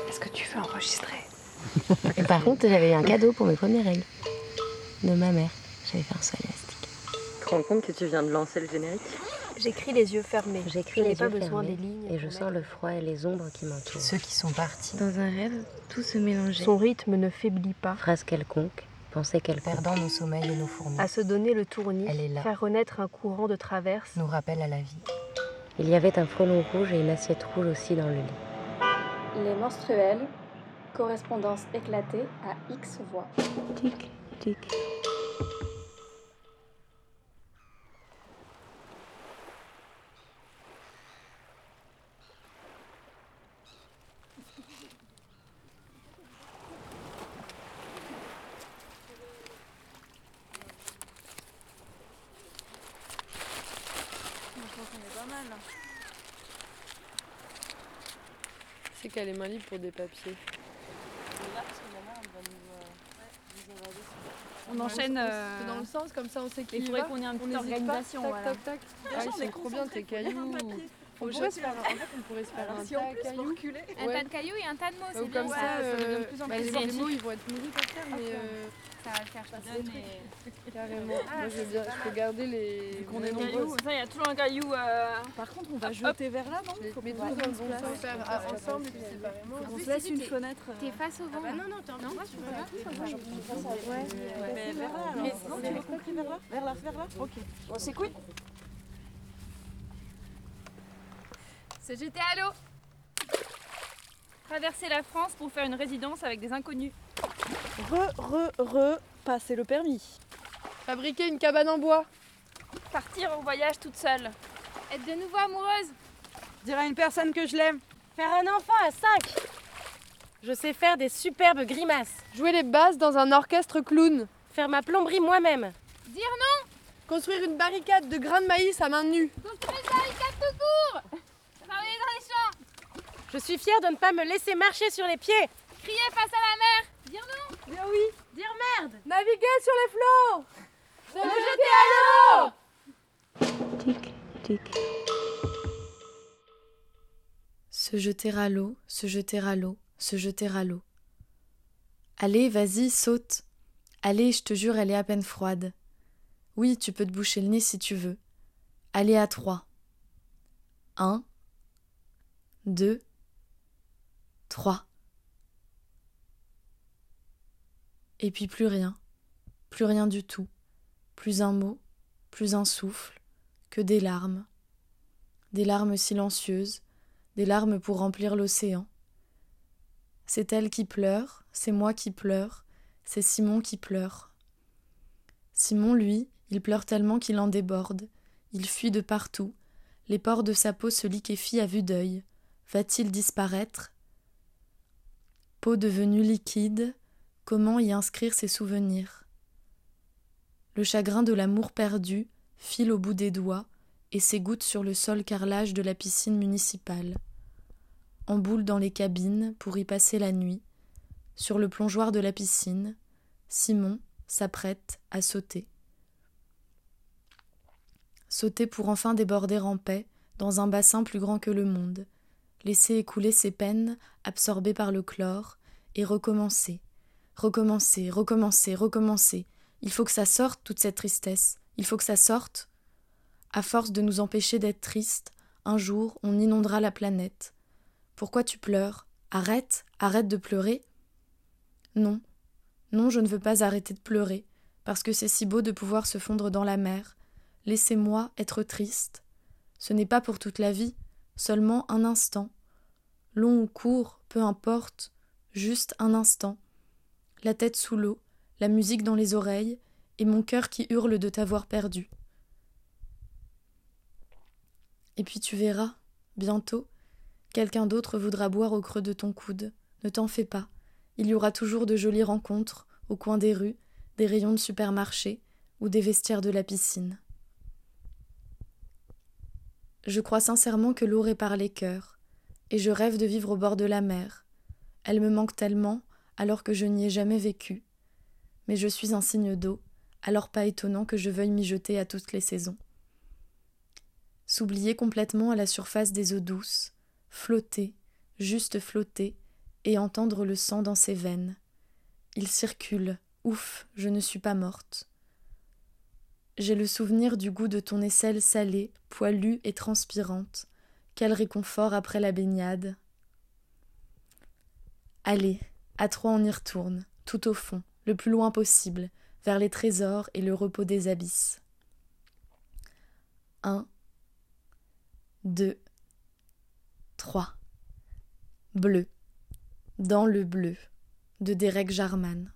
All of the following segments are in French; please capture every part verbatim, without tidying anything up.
Est-ce que tu veux enregistrer? Et par contre, j'avais eu un cadeau pour mes premières règles de ma mère. J'avais fait un saut élastique. Tu te rends compte que tu viens de lancer le générique? J'écris les yeux fermés. J'écris Je les n'ai pas yeux besoin fermés des lignes. et je sens le froid et les ombres qui m'entourent. Ceux qui sont partis. Dans un rêve, tout se mélangeait. Son rythme ne faiblit pas. Phrase quelconque, pensée quelconque. Perdant nos sommeils et nos fourmis. À se donner le tournis, Elle est là. faire renaître un courant de traverse. Nous rappelle à la vie. Il y avait un frelon rouge et une assiette rouge aussi dans le lit. Les menstruels, correspondance éclatée à X voix. Tic, tic. C'est qu'elle est main libre pour des papiers. On enchaîne. Euh... C'est dans le sens, comme ça on sait qu'il Il faudrait qu'on ait une petite organisation. Tac, Voilà. tac, tac. Ah, ils sont trop bien tes cailloux. On pourrait se faire, en fait, on pourrait se faire un tas de cailloux. Un tas de cailloux et un tas de mots, c'est Ou bien comme ça. ça, Ça euh, devient de plus en bah, plus les, les créatif. mots ils vont être nourris par terre, mais euh, Ça va le faire, je te donne. Mais... carrément. Moi je veux bien, je peux garder les. Vu qu'on les est nombreuses. nombreux. Ça, il y a toujours un caillou. Euh... Par contre, on va jeter vers là, non? Faut mettre tous dans le bon sens, faire ah, ensemble et puis séparément. On se laisse une fenêtre. T'es face au vent. Ah bah non, non, t'es en non, tu peux pas. Ouais, mais vers là, alors. Non, tu l'as compris vers là? Vers là, vers là? Ok. On s'écoute? Se jeter à l'eau. Traverser la France pour faire une résidence avec des inconnus. Re, re, re, passer le permis. Fabriquer une cabane en bois. Partir en voyage toute seule. Être de nouveau amoureuse. Dire à une personne que je l'aime. Faire un enfant à cinq. Je sais faire des superbes grimaces. Jouer les basses dans un orchestre clown. Faire ma plomberie moi-même. Dire non. Construire une barricade de grains de maïs à main nue. Construire une barricade tout court. Travailler dans les champs. Je suis fière de ne pas me laisser marcher sur les pieds. Crier face à la mer. Dire non. Dire oui. Dire merde. Naviguer sur les flots. Se jeter à l'eau. Tic, tic. Se jeter à l'eau, se jeter à l'eau, se jeter à l'eau. Allez, vas-y, saute. Allez, je te jure, elle est à peine froide. Oui, tu peux te boucher le nez si tu veux. Allez à trois. Un, deux, trois. Et puis plus rien, plus rien du tout, plus un mot, plus un souffle, que des larmes. Des larmes silencieuses, des larmes pour remplir l'océan. C'est elle qui pleure, c'est moi qui pleure, c'est Simon qui pleure. Simon, lui, il pleure tellement qu'il en déborde, il fuit de partout, les pores de sa peau se liquéfient à vue d'œil. Va-t-il disparaître? Peau devenue liquide, comment y inscrire ses souvenirs? Le chagrin de l'amour perdu file au bout des doigts et s'égoutte sur le sol carrelage de la piscine municipale. En boule dans les cabines pour y passer la nuit. Sur le plongeoir de la piscine, Simon s'apprête à sauter. Sauter pour enfin déborder en paix dans un bassin plus grand que le monde, laisser écouler ses peines absorbées par le chlore et recommencer, recommencer, recommencer, recommencer. Il faut que ça sorte, toute cette tristesse. Il faut que ça sorte. À force de nous empêcher d'être tristes, un jour, on inondera la planète. Pourquoi tu pleures? Arrête, arrête de pleurer. Non, non, je ne veux pas arrêter de pleurer, parce que c'est si beau de pouvoir se fondre dans la mer. Laissez-moi être triste. Ce n'est pas pour toute la vie, seulement un instant. Long ou court, peu importe, juste un instant. La tête sous l'eau, la musique dans les oreilles, et mon cœur qui hurle de t'avoir perdu. Et puis tu verras, bientôt, quelqu'un d'autre voudra boire au creux de ton coude. Ne t'en fais pas. Il y aura toujours de jolies rencontres, au coin des rues, des rayons de supermarché ou des vestiaires de la piscine. Je crois sincèrement que l'eau répare les cœurs, et je rêve de vivre au bord de la mer. Elle me manque tellement, alors que je n'y ai jamais vécu. Mais je suis un signe d'eau, alors pas étonnant que je veuille m'y jeter à toutes les saisons. S'oublier complètement à la surface des eaux douces, flotter, juste flotter, et entendre le sang dans ses veines. Il circule, ouf, je ne suis pas morte. J'ai le souvenir du goût de ton aisselle salée, poilue et transpirante. Quel réconfort après la baignade. Allez, à trois on y retourne, tout au fond, le plus loin possible, vers les trésors et le repos des abysses. Un, deux, trois. Bleu, dans le bleu, de Derek Jarman.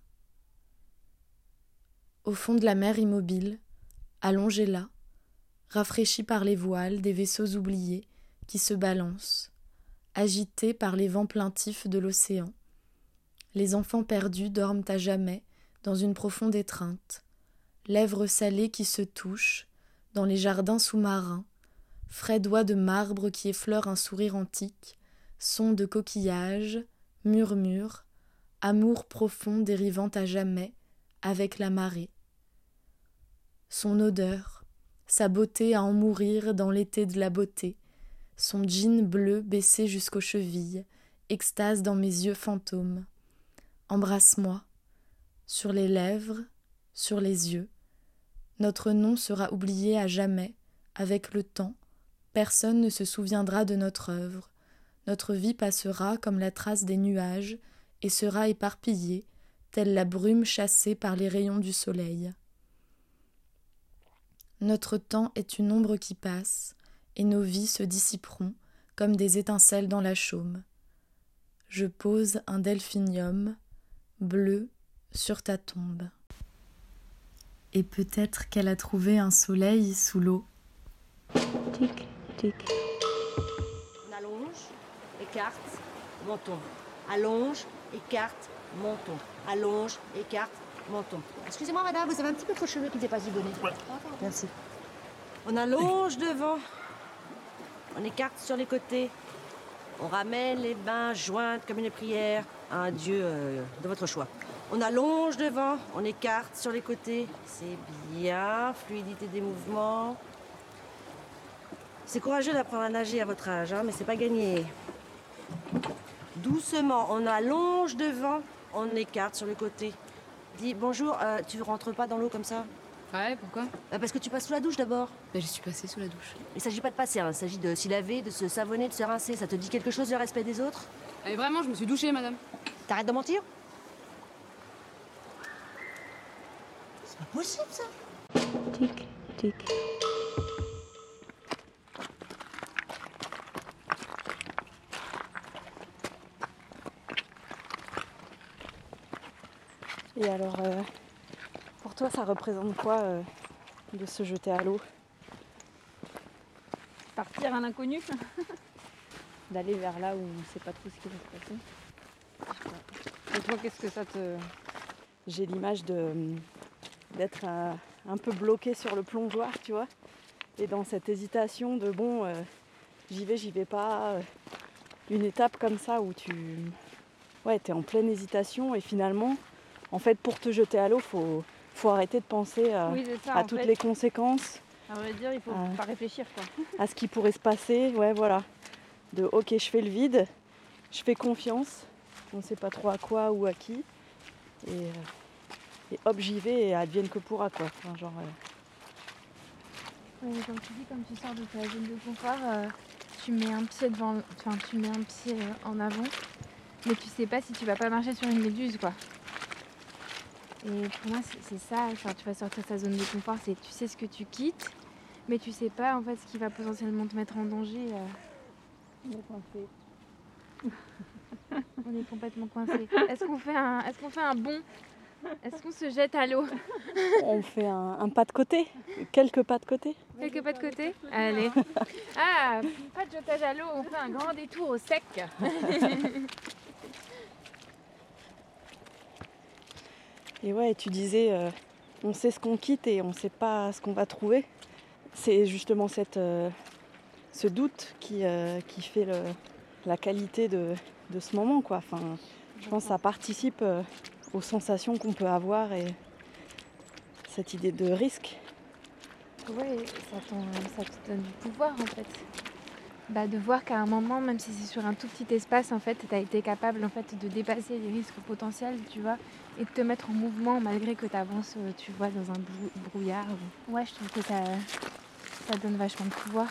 Au fond de la mer immobile, allongé là, rafraîchi par les voiles des vaisseaux oubliés qui se balancent, agités par les vents plaintifs de l'océan, les enfants perdus dorment à jamais dans une profonde étreinte, lèvres salées qui se touchent dans les jardins sous-marins, frais doigts de marbre qui effleurent un sourire antique, sons de coquillages, murmures, amour profond dérivant à jamais avec la marée. Son odeur, sa beauté à en mourir dans l'été de la beauté, son jean bleu baissé jusqu'aux chevilles, extase dans mes yeux fantômes. Embrasse-moi, sur les lèvres, sur les yeux. Notre nom sera oublié à jamais, avec le temps. Personne ne se souviendra de notre œuvre. Notre vie passera comme la trace des nuages et sera éparpillée, telle la brume chassée par les rayons du soleil. Notre temps est une ombre qui passe, et nos vies se dissiperont comme des étincelles dans la chaume. Je pose un delphinium bleu sur ta tombe. Et peut-être qu'elle a trouvé un soleil sous l'eau. Tic, tic. On allonge, écarte, menton. Allonge, écarte, menton. Allonge, écarte, menton. Excusez-moi madame, vous avez un petit peu trop de cheveux qui dépassent du bonnet. Ouais. Merci. On allonge devant. On écarte sur les côtés. On ramène les mains jointes comme une prière à un dieu euh, de votre choix. On allonge devant, on écarte sur les côtés. C'est bien, fluidité des mouvements. C'est courageux d'apprendre à nager à votre âge, hein, mais c'est pas gagné. Doucement, on allonge devant, on écarte sur le côté. Dis bonjour, euh, tu rentres pas dans l'eau comme ça? Ouais, pourquoi? Bah parce que tu passes sous la douche d'abord. Bah, je suis passée sous la douche. Il s'agit pas de passer, hein, il s'agit de s'y laver, de se savonner, de se rincer. Ça te dit quelque chose, le respect des autres? Et vraiment, je me suis douchée, madame. T'arrêtes de mentir? C'est pas possible ça. Tic, tic. Et alors, euh, pour toi, ça représente quoi euh, de se jeter à l'eau? Partir à l'inconnu. D'aller vers là où on ne sait pas trop ce qui va se passer. Et toi, qu'est-ce que ça te... J'ai l'image de, d'être un, un peu bloqué sur le plongeoir, tu vois. Et dans cette hésitation de bon, euh, j'y vais, j'y vais pas. Euh, une étape comme ça où tu ouais, t'es en pleine hésitation et finalement, en fait, pour te jeter à l'eau, faut, faut arrêter de penser à, oui, ça, à toutes fait. les conséquences. À vrai dire, il faut à, pas réfléchir, quoi. À ce qui pourrait se passer, ouais, voilà. De ok, je fais le vide, je fais confiance, on ne sait pas trop à quoi ou à qui, et, euh, et hop, j'y vais et advienne que pourra, quoi. Enfin, genre, euh... oui, mais comme tu dis, comme tu sors de ta zone de confort, euh, tu mets un pied devant, enfin, tu mets un pied euh, en avant, mais tu sais pas si tu vas pas marcher sur une méduse, quoi. Et pour moi, c'est, c'est ça, enfin, tu vas sortir de ta zone de confort, c'est tu sais ce que tu quittes, mais tu sais pas en fait ce qui va potentiellement te mettre en danger. Euh... On est coincé. On est complètement coincé. Est-ce qu'on fait un, est-ce qu'on fait un bond? Est-ce qu'on se jette à l'eau? On fait un, un pas de côté, quelques pas de côté. Quelques pas de côté? Allez. Ah, pas de jetage à l'eau, on fait un grand détour au sec. Et ouais, tu disais, euh, on sait ce qu'on quitte et on sait pas ce qu'on va trouver. C'est justement cette, euh, ce doute qui, euh, qui fait le, la qualité de, de ce moment, quoi. Enfin, je pense que ça participe euh, aux sensations qu'on peut avoir et cette idée de risque. Ouais, ça, ça te donne du pouvoir en fait. bah, de voir qu'à un moment, même si c'est sur un tout petit espace, en fait, tu as été capable en fait, de dépasser les risques potentiels, tu vois, et de te mettre en mouvement malgré que tu avances, tu vois, dans un brou- brouillard. Ouais, je trouve que ça, ça donne vachement de pouvoir.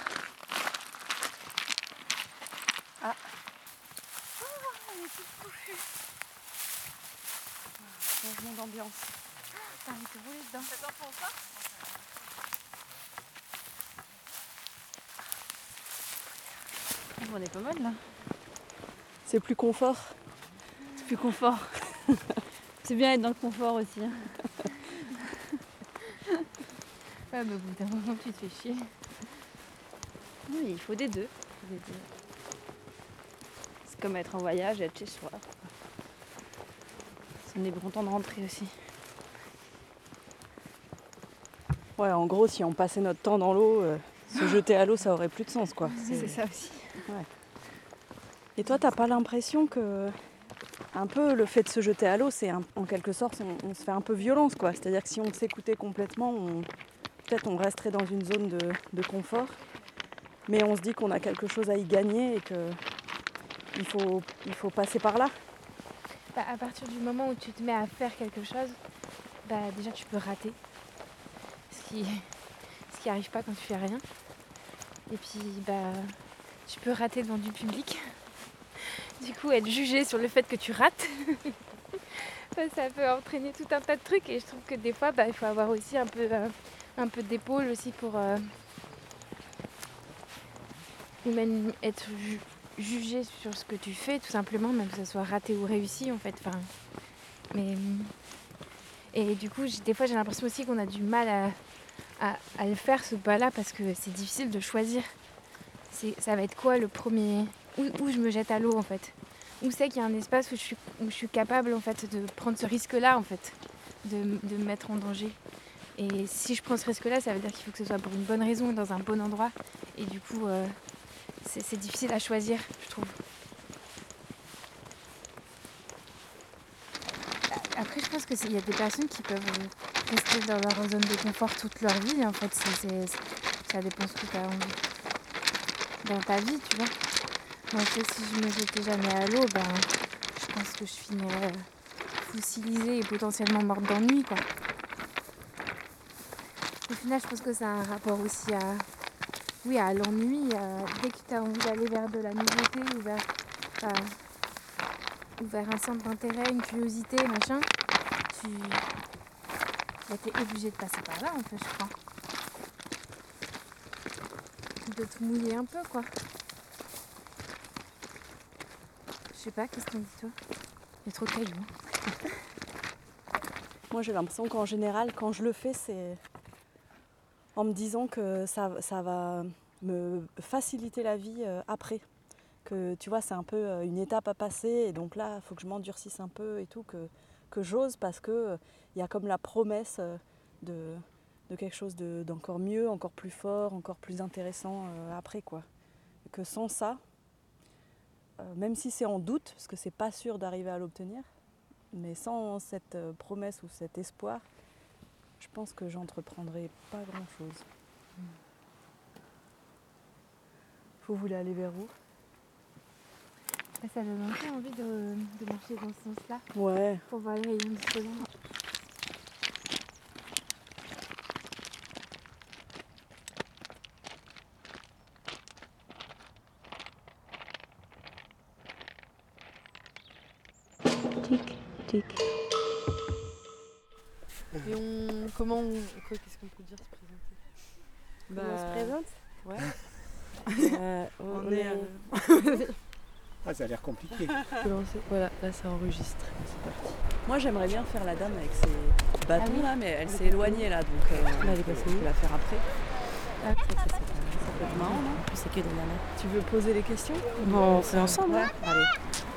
Ah. Changement d'ambiance. T'as envie de te rouler dedans. Ça t'en prend pas ? On est pas mal là. C'est plus confort. C'est plus confort. C'est bien être dans le confort aussi. Hein. Ouais, mais au bout d'un moment, tu te fais chier. Oui, il faut des deux. Il faut des deux. C'est comme être en voyage et être chez soi. On est content de rentrer aussi. Ouais, en gros, si on passait notre temps dans l'eau, euh, se jeter à l'eau, ça aurait plus de sens, quoi. C'est ça aussi. Ouais. Et toi, t'as pas l'impression que, un peu, le fait de se jeter à l'eau, c'est un- en quelque sorte, on, on se fait un peu violence, quoi. C'est-à-dire que si on s'écoutait complètement, on- peut-être on resterait dans une zone de, de confort, mais on se dit qu'on a quelque chose à y gagner et que il faut, il faut passer par là. Bah, à partir du moment où tu te mets à faire quelque chose, bah, déjà tu peux rater. Ce qui ce qui arrive pas quand tu fais rien. Et puis bah, tu peux rater devant du public. Du coup, être jugé sur le fait que tu rates, ça peut entraîner tout un tas de trucs. Et je trouve que des fois, bah, il faut avoir aussi un peu, euh, un peu d'épaule aussi pour... Euh, ou même être ju- jugé sur ce que tu fais, tout simplement, même que ça soit raté ou réussi, en fait. Enfin, mais... Et du coup, j'ai- des fois, j'ai l'impression aussi qu'on a du mal à, à, à le faire, ce pas-là, parce que c'est difficile de choisir. C'est, ça va être quoi le premier... Où, où je me jette à l'eau, en fait. Où c'est qu'il y a un espace où je suis, où je suis capable, en fait, de prendre ce risque-là, en fait. De, de me mettre en danger. Et si je prends ce risque-là, ça veut dire qu'il faut que ce soit pour une bonne raison, dans un bon endroit. Et du coup, euh, c'est, c'est difficile à choisir, je trouve. Après, je pense qu'il y a des personnes qui peuvent rester dans leur zone de confort toute leur vie. En fait, c'est, c'est, ça dépend ce que tu as envie dans ta vie, tu vois. Moi, je sais que si je me jetais jamais à l'eau, ben, je pense que je finirais fossilisée et potentiellement morte d'ennui, quoi. Au final, je pense que ça a un rapport aussi à, oui, à l'ennui. À, dès que tu as envie d'aller vers de la nouveauté ou vers, à, ou vers un centre d'intérêt, une curiosité, machin, tu bah, es obligé de passer par là, en fait, je crois. De te mouiller un peu, quoi. Je sais pas, qu'est-ce qu'on dit, toi? Il y a trop de cailloux. Moi, j'ai l'impression qu'en général, quand je le fais, c'est en me disant que ça, ça va me faciliter la vie euh, après. Que tu vois, c'est un peu euh, une étape à passer et donc là, il faut que je m'endurcisse un peu et tout, que, que j'ose parce qu'il euh, y a comme la promesse euh, de, de quelque chose de, d'encore mieux, encore plus fort, encore plus intéressant euh, après, quoi. Et que sans ça, euh, même si c'est en doute, parce que c'est pas sûr d'arriver à l'obtenir, mais sans cette euh, promesse ou cet espoir, je pense que j'entreprendrai pas grand-chose. Mm. Vous voulez aller vers où? Ça donne un peu envie de, de marcher dans ce sens-là. Ouais. Pour voir les rayons du soleil. Tic, tic. Et on. Comment on. Quoi, qu'est-ce qu'on peut dire se présenter? Bah... Comment on se présente? Ouais. euh, on, on, on est. est... Euh... Ah, ça a l'air compliqué. Voilà, là ça enregistre. C'est parti. Moi j'aimerais bien faire la dame avec ses bâtons Ah oui. là, mais elle s'est éloignée là, donc euh, Là, elle est passée je peux la faire après. Ah, ça, ça, ça, ça peut être marrant, non? En plus, c'est que des nanas. Tu veux poser les questions? Bon, on fait ensemble. Ouais, hein. allez.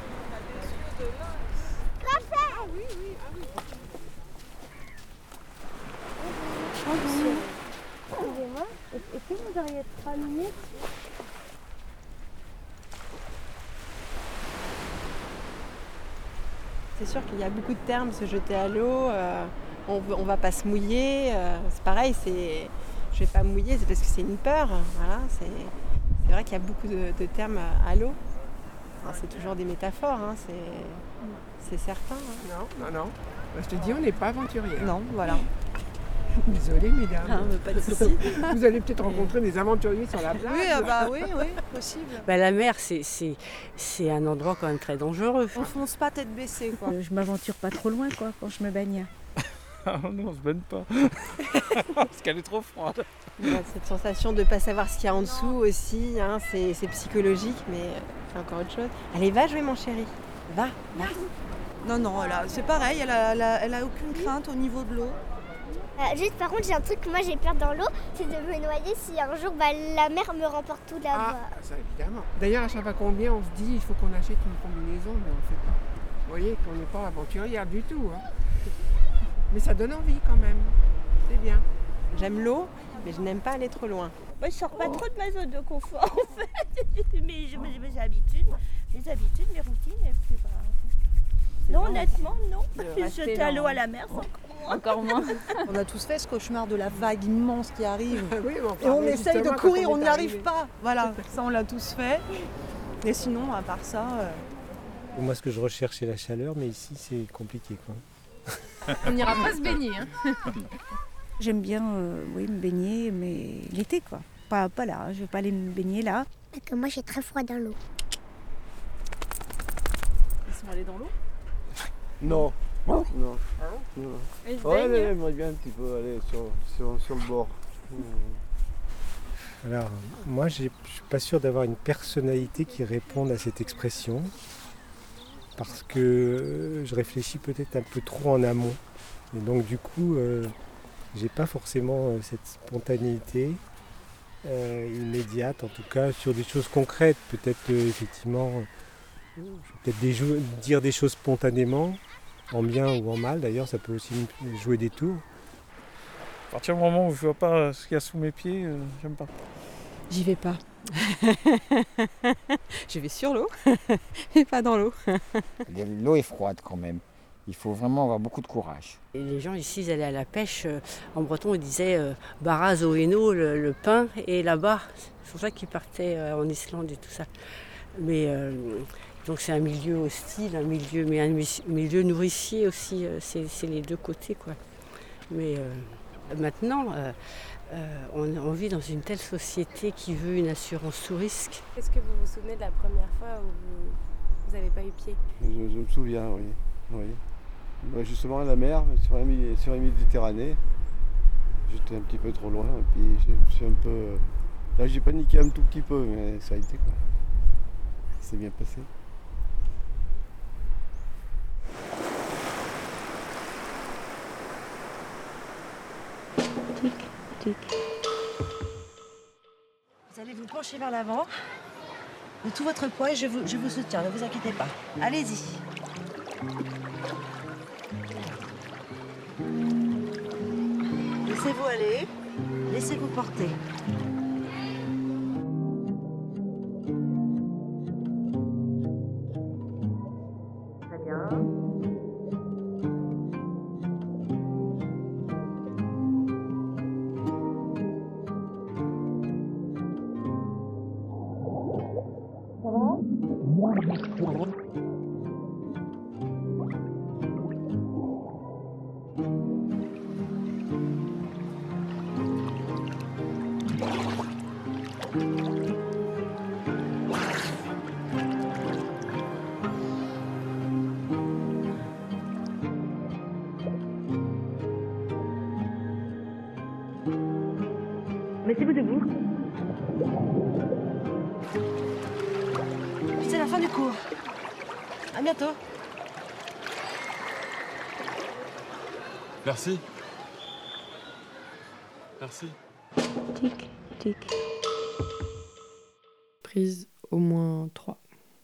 Excusez-moi, est-ce que vous auriez trois minutes? C'est sûr qu'il y a beaucoup de termes, se jeter à l'eau, euh, on ne va pas se mouiller, euh, c'est pareil, c'est, je ne vais pas me mouiller, c'est parce que c'est une peur, voilà, c'est, c'est C'est vrai qu'il y a beaucoup de, de termes à, à l'eau. Alors, c'est toujours des métaphores, hein, c'est, c'est certain. Hein. Non, non, non. Je te dis, on n'est pas aventuriers. Non, voilà. Désolée, mesdames. Ah, mais pas de soucis. Vous allez peut-être rencontrer des aventuriers sur la plage. Oui, ah bah oui, oui, possible. Bah, la mer, c'est, c'est, c'est un endroit quand même très dangereux. On fonce pas tête baissée, quoi. Euh, je m'aventure pas trop loin, quoi, quand je me baigne. Ah non, on se baigne pas. Parce qu'elle est trop froide. Cette sensation de ne pas savoir ce qu'il y a en dessous aussi, hein, c'est, c'est psychologique, mais c'est encore autre chose. Allez, va jouer, mon chéri. Va, va. Non, non, elle a, c'est pareil, elle a, elle, a, elle a aucune crainte au niveau de l'eau. Euh, juste par contre j'ai un truc que moi j'ai peur dans l'eau, c'est de me noyer si un jour bah, la mer me remporte tout là-bas. Ah, ça évidemment. D'ailleurs à chaque fois qu'on vient on se dit il faut qu'on achète une combinaison, mais on ne fait pas. Vous voyez qu'on n'est pas aventurière du tout. Hein. Mais ça donne envie quand même, c'est bien. J'aime l'eau, mais je n'aime pas aller trop loin. Moi je sors pas trop de ma zone de confort en fait, mais j'ai mes habitudes, les habitudes, mes routines, et puis bah... Non, honnêtement, non. Jeter à l'eau à la mer, c'est encore moins. Encore moins. On a tous fait ce cauchemar de la vague immense qui arrive. Oui, et on essaye de courir, on n'y arrive pas. Voilà, ça on l'a tous fait. Et sinon, à part ça... Euh... Moi, ce que je recherche, c'est la chaleur, mais ici, c'est compliqué, quoi. On n'ira pas se baigner. Hein. J'aime bien euh, oui, me baigner, mais l'été, quoi. Pas, pas là, je ne vais pas aller me baigner là. Parce que moi j'ai très froid dans l'eau. Ils sont allés dans l'eau? Non. Non. Non. Ils se Ouais, baignent. elle aimerait bien un petit peu aller sur, sur, sur le bord. Alors, moi, je ne suis pas sûr d'avoir une personnalité qui réponde à cette expression, parce que je réfléchis peut-être un peu trop en amont. Et donc, du coup, euh, j'ai pas forcément euh, cette spontanéité euh, immédiate, en tout cas, sur des choses concrètes. Peut-être, euh, effectivement, je vais peut-être des jou- dire des choses spontanément, en bien ou en mal. D'ailleurs, ça peut aussi me jouer des tours. À partir du moment où je vois pas ce qu'il y a sous mes pieds, euh, j'aime pas. J'y vais pas. Je vais sur l'eau et pas dans l'eau. L'eau est froide quand même. Il faut vraiment avoir beaucoup de courage. Et les gens ici, ils allaient à la pêche. euh, en breton, ils disaient euh, Baraz au Hainaut, le, le pain et là-bas. C'est pour ça qu'ils partaient euh, en Islande et tout ça. Mais euh, donc c'est un milieu hostile, un milieu, mais un mi- milieu nourricier aussi. euh, c'est, c'est les deux côtés, quoi. Mais euh, maintenant, euh, euh, on, on vit dans une telle société qui veut une assurance sous risque. Est-ce que vous vous souvenez de la première fois où vous n'avez pas eu pied? Je, je me souviens, oui. oui. Ouais, justement à la mer, sur la, Mi- sur la Méditerranée. J'étais un petit peu trop loin et puis je me suis un peu... Là j'ai paniqué un tout petit peu, mais ça a été quoi. C'est bien passé. Tic, tic. Vous allez vous pencher vers l'avant de tout votre poids et je vous, je vous soutiens, ne vous inquiétez pas. Allez-y. Laissez-vous aller, laissez-vous porter. Très bien. Ça va? Mettez-vous debout. C'est la fin du cours. À bientôt. Merci. Merci. Tic, tic. Prise au moins trois.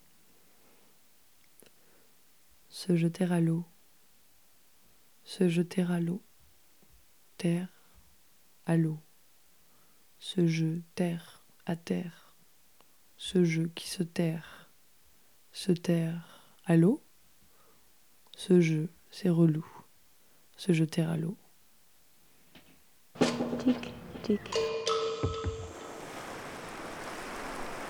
Se jeter à l'eau. Se jeter à l'eau. Terre à l'eau. Ce jeu terre à terre. Ce jeu qui se terre. Se terre à l'eau. Ce jeu, c'est relou. Se jeter à l'eau. Tic, tic.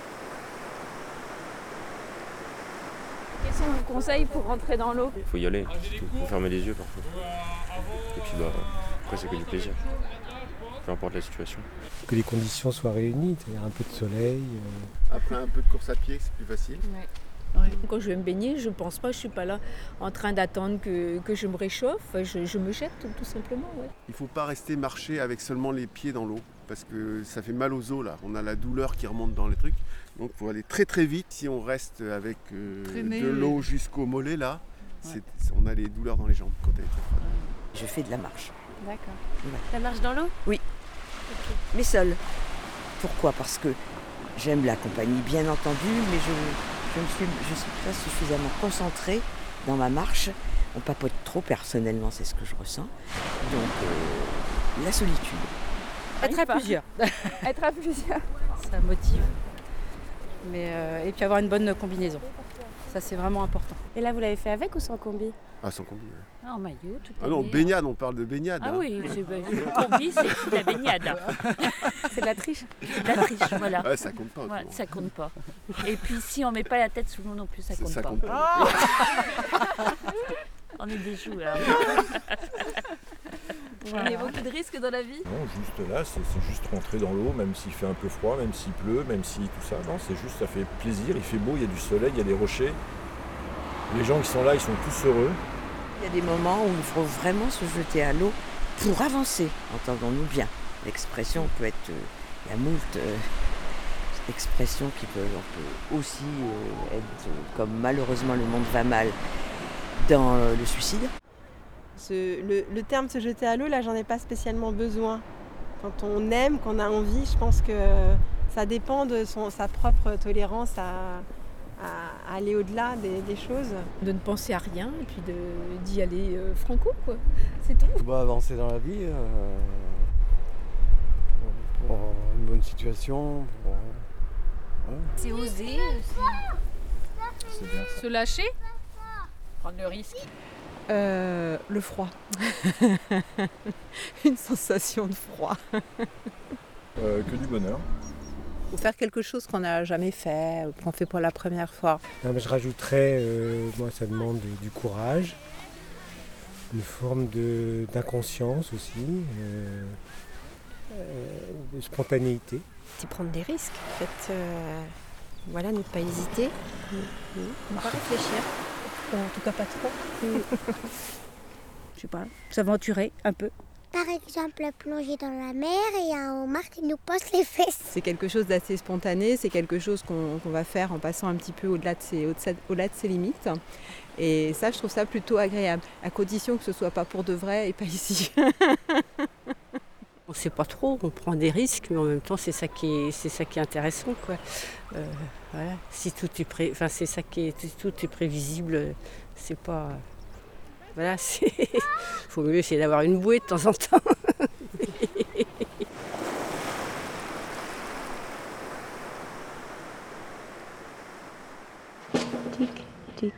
conseil pour rentrer dans l'eau? Il faut y aller, c'est tout. Il faut fermer les yeux parfois. Et puis bah, après c'est que du plaisir. Peu importe la situation. Que les conditions soient réunies, c'est-à-dire un peu de soleil. Euh... Après un peu de course à pied, c'est plus facile. Ouais. Ouais. Quand je vais me baigner, je pense pas, je suis pas là en train d'attendre que, que je me réchauffe, je, je me jette tout, tout simplement. Ouais. Il ne faut pas rester marcher avec seulement les pieds dans l'eau parce que ça fait mal aux os là. On a la douleur qui remonte dans les trucs. Donc il faut aller très très vite. Si on reste avec euh, Traîner, de l'eau oui. jusqu'au mollet là, ouais. c'est, on a les douleurs dans les jambes quand elle est très froide. Je fais de la marche. D'accord. Ouais. La marche dans l'eau? Oui. Okay. Mais seule. Pourquoi? Parce que j'aime la compagnie bien entendu, mais je je ne suis, je suis pas suffisamment concentrée dans ma marche. On papote trop personnellement, c'est ce que je ressens. Donc euh, la solitude. Être à plusieurs. Être à plusieurs. Ça motive. Mais euh, et puis avoir une bonne combinaison. Ça c'est vraiment important. Et là vous l'avez fait avec ou sans combi? Ah, sans combi. Ouais. Ah, en maillot, tout Ah non, baignade, on parle de baignade. Ah hein. oui, c'est, le combi, c'est de la baignade. C'est de la triche. C'est de la triche, voilà. Ouais, ça compte pas. Ouais, ça compte pas. Et puis si on met pas la tête sous l'eau non plus, ça compte ça pas. Compte pas. On est des joueurs. Voilà. Il y a beaucoup de risques dans la vie? Non, juste là, c'est, c'est juste rentrer dans l'eau, même s'il fait un peu froid, même s'il pleut, même si tout ça. Non, c'est juste, ça fait plaisir, il fait beau, il y a du soleil, il y a des rochers. Les gens qui sont là, ils sont tous heureux. Il y a des moments où il faut vraiment se jeter à l'eau pour avancer, entendons-nous bien. L'expression peut être, euh, il y a moult euh, expressions qui peuvent on peut aussi euh, être, euh, comme malheureusement le monde va mal, dans euh, le suicide. Ce, le, le terme se jeter à l'eau, là, j'en ai pas spécialement besoin. Quand on aime, qu'on a envie, je pense que ça dépend de son, sa propre tolérance à, à aller au-delà des, des choses. De ne penser à rien et puis de, d'y aller euh, franco, quoi. C'est tout. On va avancer dans la vie euh, pour une bonne situation. Pour, ouais. C'est oser aussi. C'est bien. Se lâcher, prendre le risque. Euh, le froid. Une sensation de froid. Euh, que du bonheur. Ou faire quelque chose qu'on n'a jamais fait, qu'on fait pour la première fois. Non, mais je rajouterais, euh, moi ça demande du courage, une forme de, d'inconscience aussi, euh, euh, de spontanéité. C'est prendre des risques, en fait. Euh, voilà, ne pas hésiter. Mmh. Ne pas réfléchir. En tout cas pas trop. Je sais pas, s'aventurer un peu. Par exemple, plonger dans la mer et un homard qui nous pose les fesses. C'est quelque chose d'assez spontané, c'est quelque chose qu'on, qu'on va faire en passant un petit peu au-delà de, ses, au-delà de ses limites. Et ça, je trouve ça plutôt agréable, à condition que ce soit pas pour de vrai et pas ici. On ne sait pas trop, on prend des risques, mais en même temps, c'est ça qui est, c'est ça qui est intéressant, quoi. Euh, voilà. Si tout est pré... enfin, c'est ça qui est, tout est prévisible, c'est pas. Voilà, c'est. Il faut mieux essayer d'avoir une bouée de temps en temps. Tic, tic.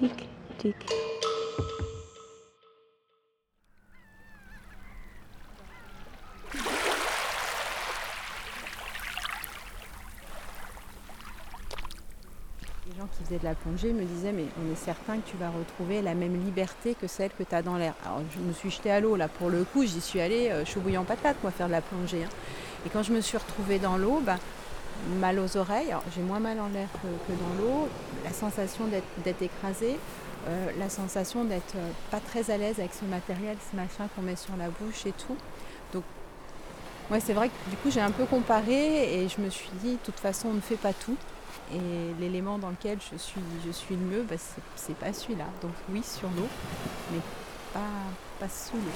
tic, tic. Les gens qui faisaient de la plongée me disaient mais on est certain que tu vas retrouver la même liberté que celle que tu as dans l'air. Alors je me suis jetée à l'eau là pour le coup, j'y suis allée euh, chaud bouillant patate moi faire de la plongée. Hein. Et quand je me suis retrouvée dans l'eau, bah, mal aux oreilles, alors, j'ai moins mal en l'air que, que dans l'eau, la sensation d'être, d'être écrasée, euh, la sensation d'être euh, pas très à l'aise avec ce matériel, ce machin qu'on met sur la bouche et tout. Donc ouais, c'est vrai que du coup j'ai un peu comparé et je me suis dit de toute façon on ne fait pas tout. Et l'élément dans lequel je suis, je suis le mieux, bah, c'est, c'est pas celui-là. Donc oui, sur l'eau, mais pas, pas sous l'eau.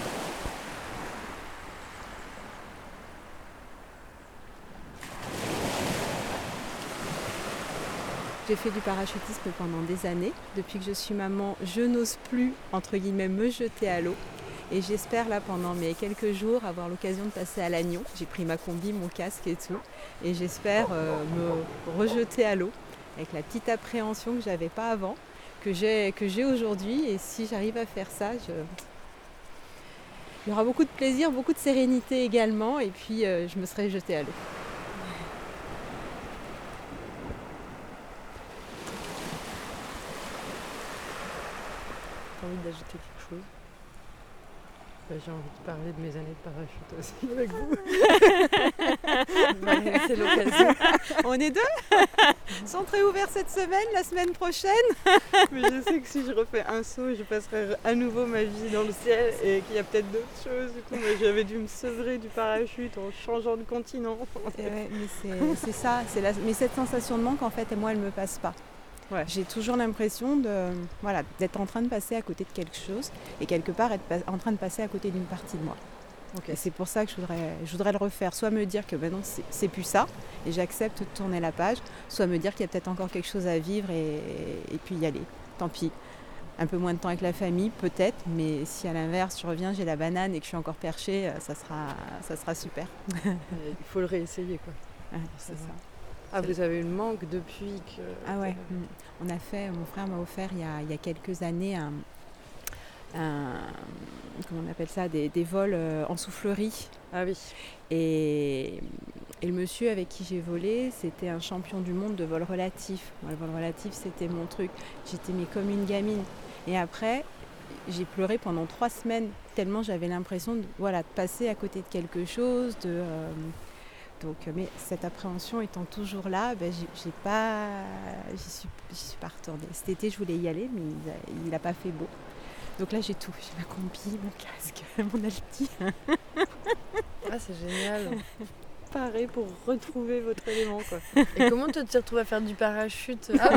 J'ai fait du parachutisme pendant des années. Depuis que je suis maman, je n'ose plus, entre guillemets, me jeter à l'eau. Et j'espère là pendant mes quelques jours avoir l'occasion de passer à Lannion. J'ai pris ma combi, mon casque et tout. Et j'espère euh, me rejeter à l'eau avec la petite appréhension que j'avais pas avant, que j'ai, que j'ai aujourd'hui. Et si j'arrive à faire ça, je... il y aura beaucoup de plaisir, beaucoup de sérénité également. Et puis euh, je me serai jetée à l'eau. T'as envie d'ajouter quelque chose? Bah, j'ai envie de parler de mes années de parachute aussi avec vous. Bah, c'est l'occasion. On est deux. Centre ouvert cette semaine, la semaine prochaine. Mais je sais que si je refais un saut, je passerai à nouveau ma vie dans le ciel et qu'il y a peut-être d'autres choses. Du coup, moi, j'avais dû me sevrer du parachute en changeant de continent. Et ouais, mais c'est, c'est ça. C'est la... Mais cette sensation de manque, en fait, moi, elle ne me passe pas. Ouais. J'ai toujours l'impression de, voilà, d'être en train de passer à côté de quelque chose et quelque part être en train de passer à côté d'une partie de moi. Okay. Et c'est pour ça que je voudrais, je voudrais le refaire. Soit me dire que ben non, c'est, c'est plus ça et j'accepte de tourner la page, soit me dire qu'il y a peut-être encore quelque chose à vivre et, et puis y aller. Tant pis. Un peu moins de temps avec la famille, peut-être, mais si à l'inverse, je reviens, j'ai la banane et que je suis encore perchée, ça sera, ça sera super. Il faut le réessayer, quoi. Ouais, c'est ça. Ah, vous avez eu le manque depuis que... Ah ouais, on a fait, mon frère m'a offert il y a, il y a quelques années un, un, comment on appelle ça, des, des vols en soufflerie. Ah oui. Et, et le monsieur avec qui j'ai volé, c'était un champion du monde de vol relatif. Moi, le vol relatif, c'était mon truc. J'étais mais comme une gamine. Et après, j'ai pleuré pendant trois semaines, tellement j'avais l'impression de, voilà, de passer à côté de quelque chose, de... Euh, Donc, mais cette appréhension étant toujours là, ben, j'ai, j'ai pas, j'y suis, j'y suis pas retournée. Cet été, je voulais y aller, mais il n'a pas fait beau. Donc là, j'ai tout. J'ai ma combi, mon casque, mon alti. Ah, c'est génial. Pareil pour retrouver votre élément, quoi. Et comment toi, tu t'es retrouvée à faire du parachute? Ah.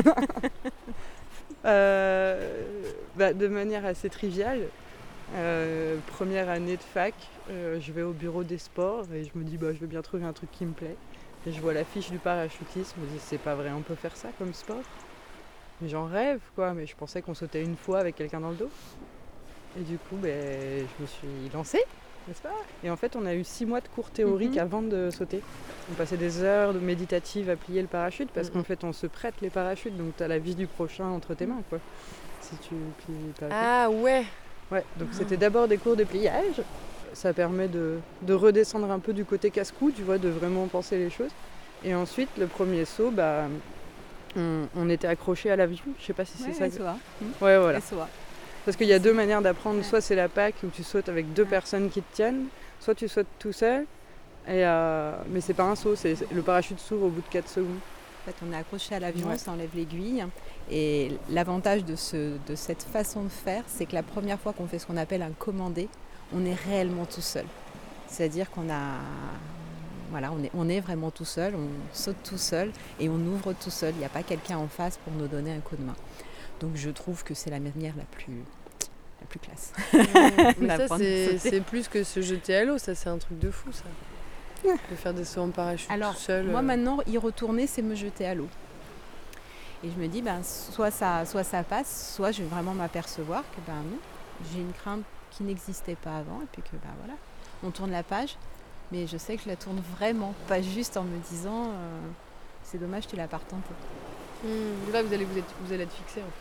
euh, bah, de manière assez triviale. Euh, première année de fac, euh, je vais au bureau des sports et je me dis bah, je vais bien trouver un truc qui me plaît. Et je vois l'affiche du parachutisme, je me dis c'est pas vrai, on peut faire ça comme sport. Mais j'en rêve quoi, mais je pensais qu'on sautait une fois avec quelqu'un dans le dos. Et du coup ben, je me suis lancée, n'est-ce pas? Et en fait on a eu six mois de cours théoriques mm-hmm. avant de sauter. On passait des heures de méditative à plier le parachute parce mm-hmm. qu'en fait on se prête les parachutes, donc tu as la vie du prochain entre tes mains quoi. Si tu plies le parachute. Ah ouais. Ouais, donc c'était d'abord des cours de pliage. Ça permet de, de redescendre un peu du côté casse-cou, tu vois, de vraiment penser les choses. Et ensuite, le premier saut, bah, on, on était accrochés à l'avion. Je sais pas si c'est ouais, ça. S O A. Que... Ouais, voilà. S O A. Parce qu'il y a deux manières d'apprendre. Ouais. Soit c'est la P A C où tu sautes avec deux ouais. personnes qui te tiennent, soit tu sautes tout seul. Et euh... Mais c'est pas un saut, c'est... le parachute s'ouvre au bout de quatre secondes. En fait, on est accroché à l'avion, ouais. Ça enlève l'aiguille. Et l'avantage de, ce, de cette façon de faire, c'est que la première fois qu'on fait ce qu'on appelle un commandé, on est réellement tout seul. C'est-à-dire qu'on a, voilà, on est, on est vraiment tout seul, on saute tout seul et on ouvre tout seul. Il n'y a pas quelqu'un en face pour nous donner un coup de main. Donc je trouve que c'est la manière la plus, la plus classe. Mmh, mais ça, c'est, c'est plus que se jeter à l'eau, ça c'est un truc de fou ça. De faire des sauts en parachute Alors, tout seul. Moi euh... maintenant, y retourner, c'est me jeter à l'eau. Et je me dis, ben, soit, ça, soit ça passe, soit je vais vraiment m'apercevoir que ben, non, j'ai une crainte qui n'existait pas avant. Et puis que ben, voilà, on tourne la page. Mais je sais que je la tourne vraiment, pas juste en me disant euh, c'est dommage, tu l'as pas retenté. Mmh, là, vous allez, vous, être, vous allez être fixé en fait.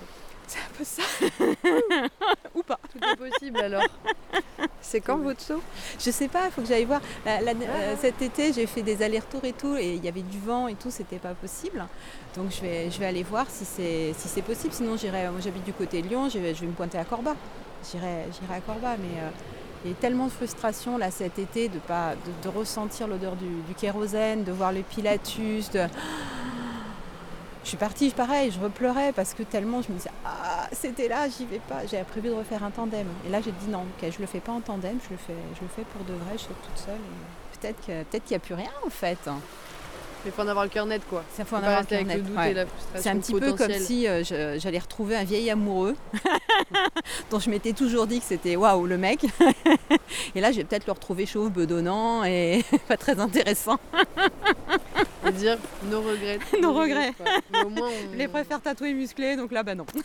C'est un peu ça. Ou pas. Tout est possible alors. C'est quand votre saut? Je sais pas, il faut que j'aille voir. La- la- euh, cet été, j'ai fait des allers-retours et tout, et il y avait du vent et tout, c'était pas possible. Donc je vais, je vais aller voir si c'est si c'est possible. Sinon, j'irai. Moi, j'habite du côté de Lyon, je vais, je vais me pointer à Corba. J'irai, j'irai à Corba, mais euh, il y a tellement de frustration là cet été de pas de, de ressentir l'odeur du, du kérosène, de voir le Pilatus. De... Je suis partie, pareil, je repleurais parce que tellement je me disais ah c'était là, j'y vais pas. J'avais prévu de refaire un tandem et là j'ai dit non, ok, je le fais pas en tandem, je le fais, je le fais pour de vrai, je saute toute seule. Et peut-être que peut-être qu'il n'y a plus rien en fait. Il faut en avoir le cœur net quoi. Ça faut en pas avoir rester le cœur avec net, le doute ouais. et la frustration C'est un petit peu comme potentielle. si euh, je- j'allais retrouver un vieil amoureux dont je m'étais toujours dit que c'était waouh le mec. Et là je vais peut-être le retrouver chauve, bedonnant et pas très intéressant. Et dire nos regrets. Nos regrets. quoi. Mais au moins on... Je les préfère tatoués et musclés, donc là bah non.